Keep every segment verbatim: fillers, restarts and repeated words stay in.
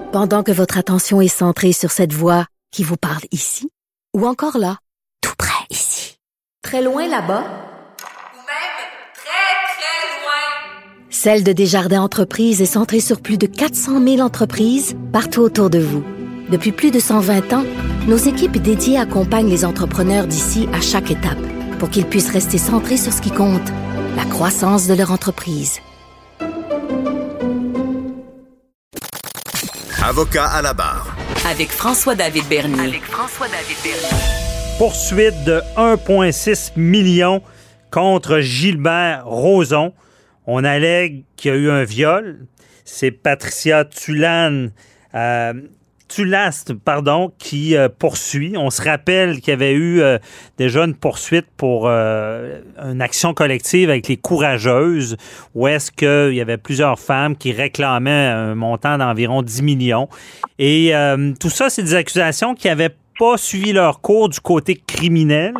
Pendant que votre attention est centrée sur cette voix qui vous parle ici, ou encore là, tout près ici, très loin là-bas, ou même très, très loin, Celle de Desjardins Entreprises est centrée sur plus de quatre cent mille entreprises partout autour de vous. Depuis plus de cent vingt ans, nos équipes dédiées accompagnent les entrepreneurs d'ici à chaque étape pour qu'ils puissent rester centrés sur ce qui compte, la croissance de leur entreprise. Avocat à la barre. Avec François-David Bernier. avec François-David Bernier. Poursuite de un virgule six million contre Gilbert Rozon. On allègue qu'il y a eu un viol. C'est Patricia Tulane, euh, Tulaste, pardon, qui euh, poursuit. On se rappelle qu'il y avait eu euh, déjà une poursuite pour euh, une action collective avec les Courageuses, où est-ce qu'il y avait plusieurs femmes qui réclamaient un montant d'environ dix millions. Et euh, tout ça, c'est des accusations qui n'avaient pas suivi leur cours du côté criminel.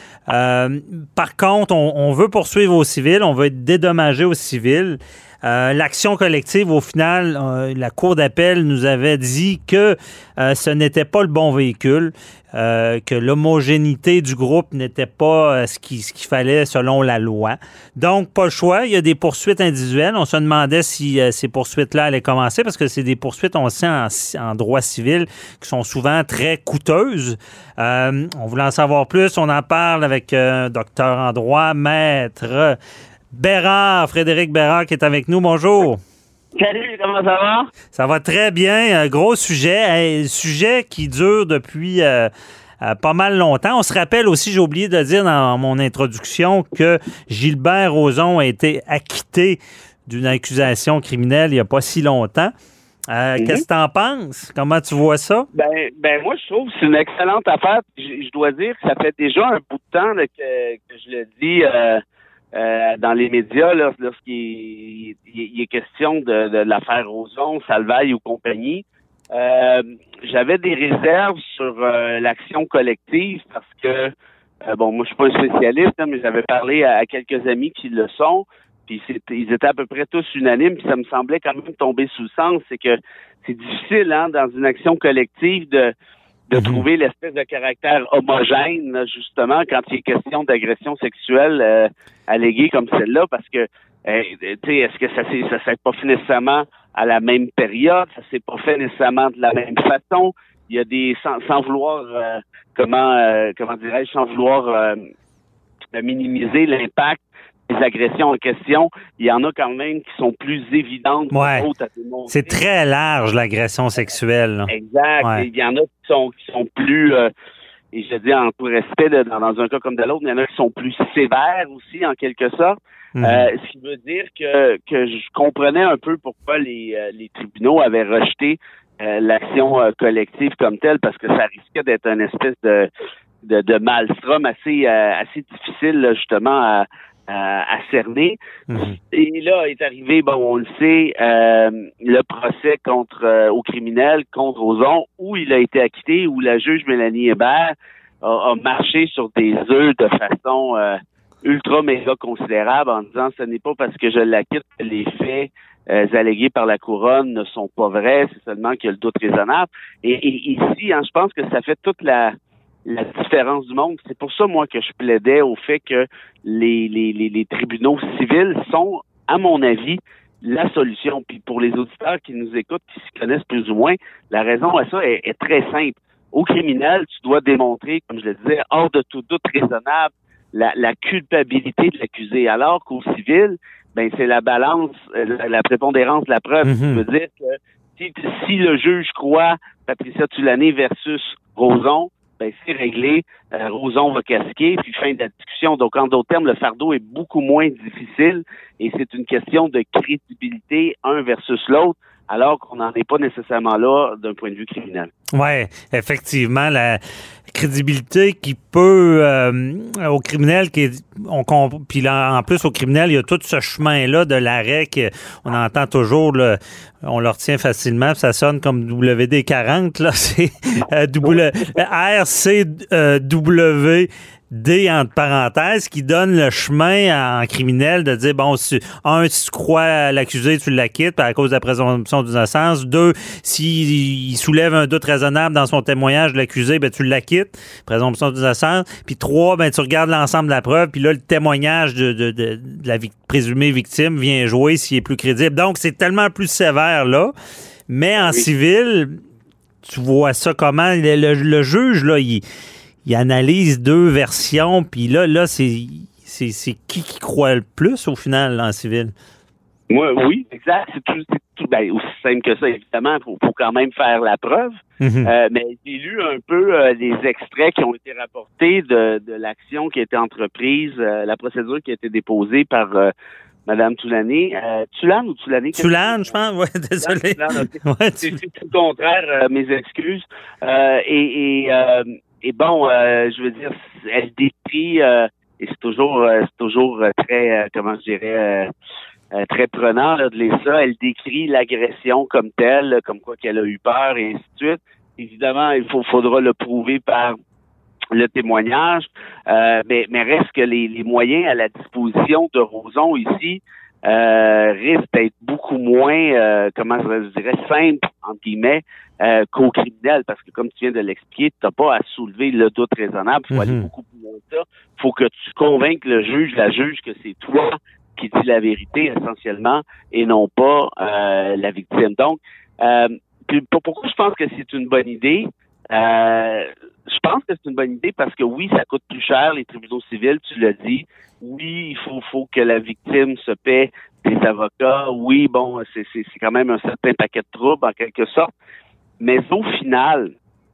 Euh, par contre, on, on veut poursuivre au civil, on veut être dédommagé au civil. Euh, l'action collective, au final, euh, la Cour d'appel nous avait dit que euh, ce n'était pas le bon véhicule, euh, que l'homogénéité du groupe n'était pas euh, ce qu'il ce qu'il fallait selon la loi. Donc, pas le choix. Il y a des poursuites individuelles. On se demandait si euh, ces poursuites-là allaient commencer parce que c'est des poursuites, on sait, en, en droit civil qui sont souvent très coûteuses. Euh, on voulait en savoir plus. On en parle avec un euh, docteur en droit, maître Bérard, Frédéric Bérard qui est avec nous. Bonjour. Salut, comment ça va? Ça va très bien. Un gros sujet. Un sujet qui dure depuis euh, euh, pas mal longtemps. On se rappelle aussi, j'ai oublié de dire dans mon introduction, que Gilbert Rozon a été acquitté d'une accusation criminelle il n'y a pas si longtemps. Euh, mm-hmm. Qu'est-ce que tu en penses? Comment tu vois ça? Ben, ben moi, je trouve que c'est une excellente affaire. Je, je dois dire que ça fait déjà un bout de temps là, que, que je le dis... Euh, Euh, dans les médias, là, lorsqu'il il, il est question de, de l'affaire Rozon, Salvaille ou compagnie, euh, j'avais des réserves sur euh, l'action collective parce que, euh, bon, moi je suis pas un spécialiste, hein, mais j'avais parlé à, à quelques amis qui le sont, puis ils étaient à peu près tous unanimes, puis ça me semblait quand même tomber sous le sens, c'est que c'est difficile, hein, dans une action collective de de trouver l'espèce de caractère homogène, là, justement, quand il est question d'agression sexuelle euh, alléguée comme celle-là, parce que, euh, tu sais, est-ce que ça s'est, ça s'est pas fait nécessairement à la même période, ça s'est pas fait nécessairement de la même façon, il y a des, sans, sans vouloir, euh, comment, euh, comment dirais-je, sans vouloir euh, minimiser l'impact des agressions en question, il y en a quand même qui sont plus évidentes que ouais. d'autres à démontrer. C'est très large, l'agression sexuelle. Là. Exact. Ouais. Il y en a qui sont, qui sont plus, euh, et je dis en tout respect, là, dans, dans un cas comme de l'autre, il y en a qui sont plus sévères aussi, en quelque sorte. Mm-hmm. Euh, ce qui veut dire que, que je comprenais un peu pourquoi les, euh, les tribunaux avaient rejeté euh, l'action euh, collective comme telle, parce que ça risquait d'être une espèce de, de, de maelstrom assez, euh, assez difficile, là, justement, à À, à cerner. Mm-hmm. Et là est arrivé, bon, on le sait, euh, le procès contre euh, au criminel contre Rozon, où il a été acquitté, où la juge Mélanie Hébert a, a marché sur des œufs de façon euh, ultra méga considérable en disant ce n'est pas parce que je l'acquitte que les faits euh, allégués par la couronne ne sont pas vrais, c'est seulement qu'il y a le doute raisonnable. Et, et ici, hein, je pense que ça fait toute la la différence du monde. C'est pour ça, moi, que je plaidais au fait que les, les, les, les tribunaux civils sont, à mon avis, la solution. Puis pour les auditeurs qui nous écoutent, qui s'y connaissent plus ou moins, la raison à ça est, est très simple. Au criminel, tu dois démontrer, comme je le disais, hors de tout doute raisonnable, la, la culpabilité de l'accusé. Alors qu'au civil, ben c'est la balance, la, la prépondérance de la preuve. Mm-hmm. Ça veut dire que si, si le juge croit Patricia Tulane versus Rozon, ben c'est réglé, euh, Rozon va casquer, puis fin de la discussion. Donc, en d'autres termes, le fardeau est beaucoup moins difficile et c'est une question de crédibilité, un versus l'autre, alors qu'on n'en est pas nécessairement là d'un point de vue criminel. Oui, effectivement, la crédibilité qui peut, euh, au criminel, qui est, on, puis là, en plus, au criminel, il y a tout ce chemin-là de l'arrêt qu'on entend toujours, le, on le retient facilement, puis ça sonne comme W D quarante, là, c'est euh, w, R C W D entre parenthèses qui donne le chemin en criminel de dire, bon, si, un, si tu crois à l'accusé, tu l'acquittes à cause de la présomption d'innocence. Deux, s'il soulève un doute raisonnable dans son témoignage de l'accusé, ben tu l'acquittes, présomption d'innocence. Puis trois, ben tu regardes l'ensemble de la preuve, puis là, le témoignage de, de, de, de la vic- présumée victime vient jouer s'il est plus crédible. Donc, c'est tellement plus sévère là. Mais en oui. civil, tu vois ça comment? Le, le, le juge, là, il... il analyse deux versions, puis là, là c'est, c'est, c'est qui qui croit le plus, au final, en civil? Moi, oui, exact. C'est tout, c'est tout ben, aussi simple que ça, évidemment. Il faut, faut quand même faire la preuve. Mm-hmm. Euh, mais j'ai lu un peu euh, les extraits qui ont été rapportés de, de l'action qui a été entreprise, euh, la procédure qui a été déposée par euh, Mme Toulané. Euh, Tulane ou Toulané? Tulane, je pense. Oui, désolé. Tulane, okay. ouais, c'est, c'est tout le contraire, euh, mes excuses. Euh, et... et euh, Et bon, euh, je veux dire, elle décrit, euh, et c'est toujours, euh, c'est toujours euh, très, euh, comment je dirais, euh, euh, très prenant là, de lire ça. Elle décrit l'agression comme telle, comme quoi qu'elle a eu peur et ainsi de suite. Évidemment, il faut, faudra le prouver par le témoignage, euh, mais, mais reste que les, les moyens à la disposition de Roson ici euh, risquent d'être beaucoup moins, euh, comment je dirais, simples, entre guillemets, Euh, qu'au criminel, parce que comme tu viens de l'expliquer, tu n'as pas à soulever le doute raisonnable, il faut mm-hmm. aller beaucoup plus loin que ça. Il faut que tu convainques le juge, la juge, que c'est toi qui dis la vérité essentiellement et non pas euh, la victime. Donc, euh, puis pourquoi je pense que c'est une bonne idée? Euh, je pense que c'est une bonne idée parce que oui, ça coûte plus cher, les tribunaux civils, tu l'as dit. Oui, il faut, faut que la victime se paie des avocats. Oui, bon, c'est, c'est, c'est quand même un certain paquet de troubles en quelque sorte. Mais au final,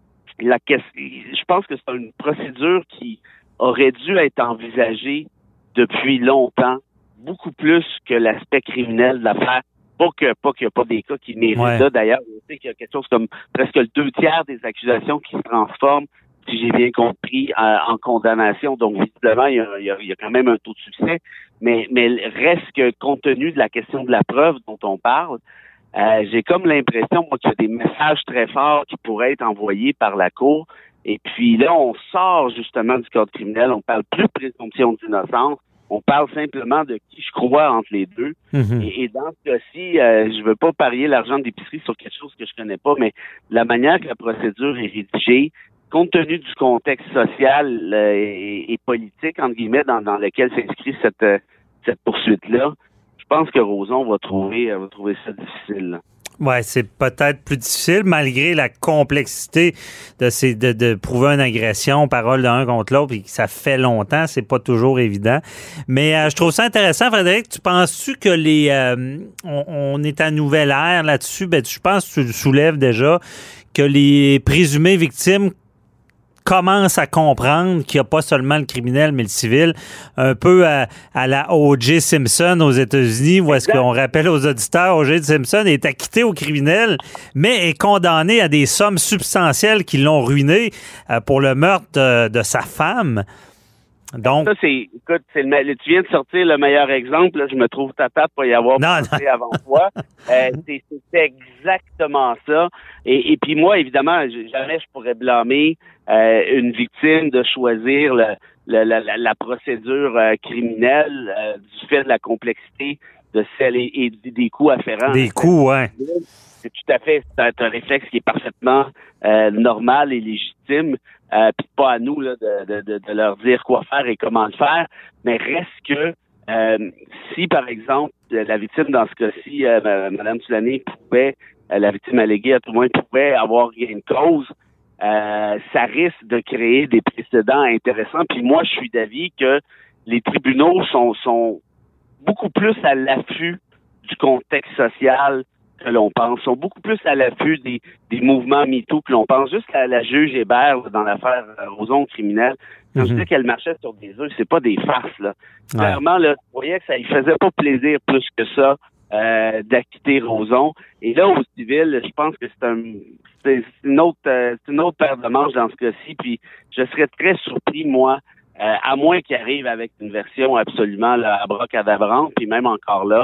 la question, je pense que c'est une procédure qui aurait dû être envisagée depuis longtemps, beaucoup plus que l'aspect criminel de l'affaire. Pas que pas qu'il n'y a pas des cas qui méritent ouais. ça. D'ailleurs, on sait qu'il y a quelque chose comme presque le deux tiers des accusations qui se transforment, si j'ai bien compris, en, en condamnation. Donc, visiblement, il y, a, il, y a, il y a quand même un taux de succès. Mais, mais reste que, compte tenu de la question de la preuve dont on parle, Euh, j'ai comme l'impression, moi, qu'il y a des messages très forts qui pourraient être envoyés par la Cour. Et puis là, on sort justement du code criminel. On parle plus de présomption d'innocence. On parle simplement de qui je crois entre les deux. Mm-hmm. Et, et dans ce cas-ci, euh, je veux pas parier l'argent d'épicerie sur quelque chose que je connais pas, mais la manière que la procédure est rédigée, compte tenu du contexte social euh, et, et politique, entre guillemets, dans, dans lequel s'inscrit cette, euh, cette poursuite-là, je pense que Roson va trouver, va trouver ça difficile. Oui, c'est peut-être plus difficile, malgré la complexité de, ces, de, de prouver une agression, parole d'un contre l'autre, et que ça fait longtemps, c'est pas toujours évident. Mais euh, je trouve ça intéressant, Frédéric. Tu penses-tu que les euh, on, on est à nouvelle ère là-dessus? Ben, je pense que tu le soulèves déjà, que les présumées victimes commence à comprendre qu'il n'y a pas seulement le criminel, mais le civil, un peu à, à la O J Simpson aux États-Unis, où est-ce qu'on rappelle aux auditeurs, O J Simpson est acquitté au criminel, mais est condamné à des sommes substantielles qui l'ont ruiné euh, pour le meurtre de, de sa femme. Donc, ça, c'est, écoute, c'est le, tu viens de sortir le meilleur exemple, là, je me trouve tata pour y avoir non, pensé non. avant toi. Euh, c'est, c'est exactement ça. Et, et puis moi, évidemment, jamais je pourrais blâmer euh, une victime de choisir le, le, la, la, la procédure euh, criminelle euh, du fait de la complexité de celle et, et des coûts afférents. Des coûts, ouais. C'est tout à fait, c'est un, c'est un réflexe qui est parfaitement euh, normal et légitime. Euh, puis pas à nous là, de, de, de leur dire quoi faire et comment le faire, mais reste que euh, si, par exemple, la victime, dans ce cas-ci, euh, Mme Toulané pouvait, euh, la victime alléguée, à tout le moins, pouvait avoir gain de cause, euh, ça risque de créer des précédents intéressants. Puis moi, je suis d'avis que les tribunaux sont, sont beaucoup plus à l'affût du contexte social que l'on pense, sont beaucoup plus à l'affût des, des mouvements MeToo que l'on pense. Juste à la juge Hébert là, dans l'affaire Roson criminelle, quand mm-hmm. je dis qu'elle marchait sur des œufs, c'est pas des farces. Là. Ouais. Clairement, là, je voyais que ça ne faisait pas plaisir plus que ça euh, d'acquitter Roson. Et là, au civil, je pense que c'est un c'est une autre euh, c'est une autre paire de manches dans ce cas-ci. Puis je serais très surpris, moi, euh, à moins qu'il arrive avec une version absolument là, abracadabrante, puis même encore là,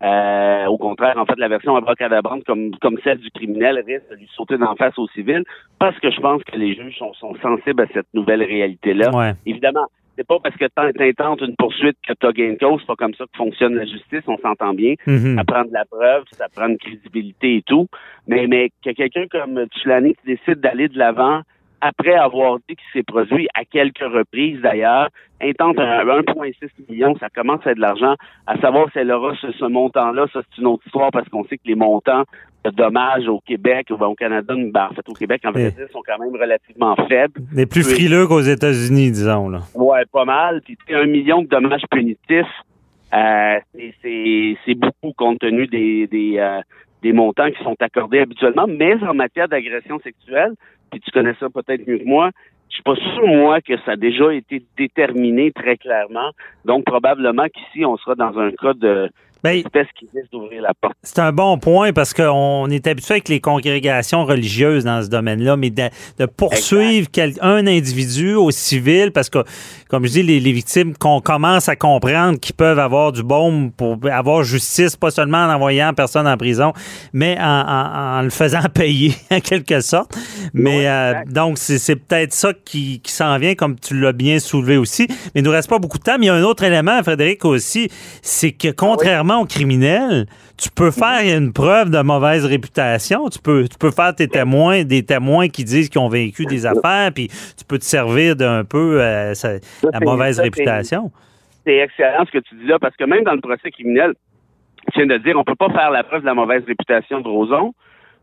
Euh, au contraire, en fait, la version abracadabrante, comme, comme celle du criminel, risque de lui sauter d'en face au civil, parce que je pense que les juges sont, sont sensibles à cette nouvelle réalité-là. Ouais. Évidemment, c'est pas parce que t'intentes une poursuite que t'as gain de cause, c'est pas comme ça que fonctionne la justice, on s'entend bien. Mm-hmm. Ça prend de la preuve, ça prend une crédibilité et tout. Mais, mais que quelqu'un comme Tulani qui décide d'aller de l'avant, après avoir dit qu'il s'est produit à quelques reprises d'ailleurs, intente un un virgule six million, ça commence à être de l'argent. À savoir si elle aura ce, ce montant-là, ça c'est une autre histoire parce qu'on sait que les montants de dommages au Québec ou au Canada, ben, en fait au Québec, en fait, sont quand même relativement faibles. Les plus Puis, frileux qu'aux États-Unis, disons. Là. Ouais, pas mal. Puis un million de dommages punitifs, euh, c'est, c'est, c'est beaucoup compte tenu des, des, euh, des montants qui sont accordés habituellement, mais en matière d'agression sexuelle, puis tu connais ça peut-être mieux que moi, je suis pas sûr, moi, que ça a déjà été déterminé très clairement. Donc, probablement qu'ici, on sera dans un cas de ben, espèce qui risque d'ouvrir la porte. C'est un bon point parce qu'on est habitué avec les congrégations religieuses dans ce domaine-là, mais de, de poursuivre quel, un individu au civil, parce que, comme je dis, les, les victimes, qu'on commence à comprendre qu'ils peuvent avoir du baume pour avoir justice, pas seulement en envoyant personne en prison, mais en, en, en le faisant payer, en quelque sorte. Mais euh, donc, c'est, c'est peut-être ça qui, qui s'en vient, comme tu l'as bien soulevé aussi. Mais il ne nous reste pas beaucoup de temps. Mais il y a un autre élément, Frédéric, aussi, c'est que contrairement aux criminels, tu peux faire une preuve de mauvaise réputation. Tu peux, tu peux faire tes témoins, des témoins qui disent qu'ils ont vécu des affaires, puis tu peux te servir d'un peu euh, ça, la mauvaise ça, réputation. C'est, c'est excellent ce que tu dis là, parce que même dans le procès criminel, tu viens de dire, on peut pas faire la preuve de la mauvaise réputation de Roson.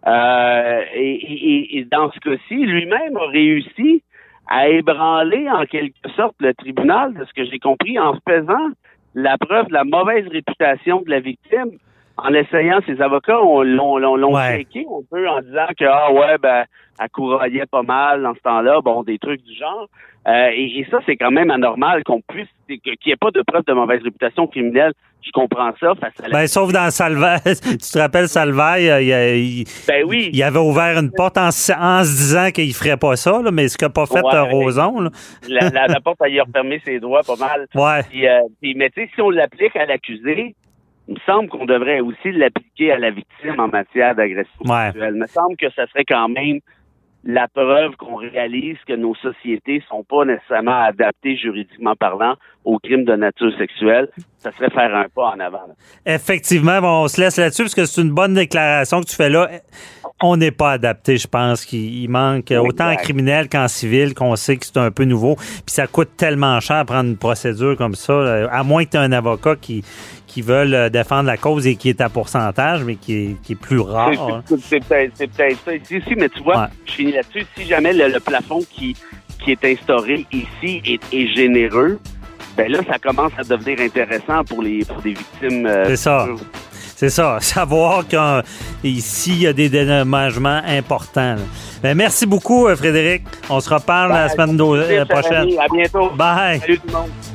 Euh, et, et, et dans ce cas-ci, lui-même a réussi à ébranler en quelque sorte le tribunal, de ce que j'ai compris, en faisant la preuve de la mauvaise réputation de la victime, en essayant, ses avocats on, l'ont, l'ont, l'ont ouais. checké un peu en disant que, ah ouais, ben, elle couraillait pas mal dans ce temps-là, bon, des trucs du genre. Euh, et, et ça, c'est quand même anormal qu'on puisse, qu'il n'y ait pas de preuve de mauvaise réputation criminelle. Je comprends ça. Face à la... Ben, sauf dans Salvaille. Tu te rappelles, Salvaille, il, il, ben oui. il avait ouvert une porte en, en se disant qu'il ne ferait pas ça, là, mais ce qu'a pas fait ouais, Roson. Là. La, la, la porte, elle y a refermé ses doigts pas mal. Ouais. Puis, euh, puis, mais tu sais, si on l'applique à l'accusé, il me semble qu'on devrait aussi l'appliquer à la victime en matière d'agression ouais. sexuelle. Il me semble que ça serait quand même la preuve qu'on réalise que nos sociétés sont pas nécessairement adaptées juridiquement parlant aux crimes de nature sexuelle. Ça serait faire un pas en avant. Là. Effectivement, bon, on se laisse là-dessus parce que c'est une bonne déclaration que tu fais là. On n'est pas adapté, je pense qu'il il manque exact. Autant en criminel qu'en civil, qu'on sait que c'est un peu nouveau. Puis ça coûte tellement cher prendre une procédure comme ça, à moins que tu aies un avocat qui qui veulent défendre la cause et qui est à pourcentage, mais qui est, qui est plus rare. C'est, hein. c'est, c'est, peut-être, c'est peut-être ça ici aussi, mais tu vois, ouais. je finis là-dessus. Si jamais le, le plafond qui, qui est instauré ici est, est généreux, ben là, ça commence à devenir intéressant pour les pour des victimes. Euh, c'est ça. Futures. C'est ça. Savoir qu'ici, il y a des dédommagements importants. Ben, merci beaucoup, Frédéric. On se reparle Bye. La semaine do- prochaine. À bientôt. Bye. Salut tout le monde.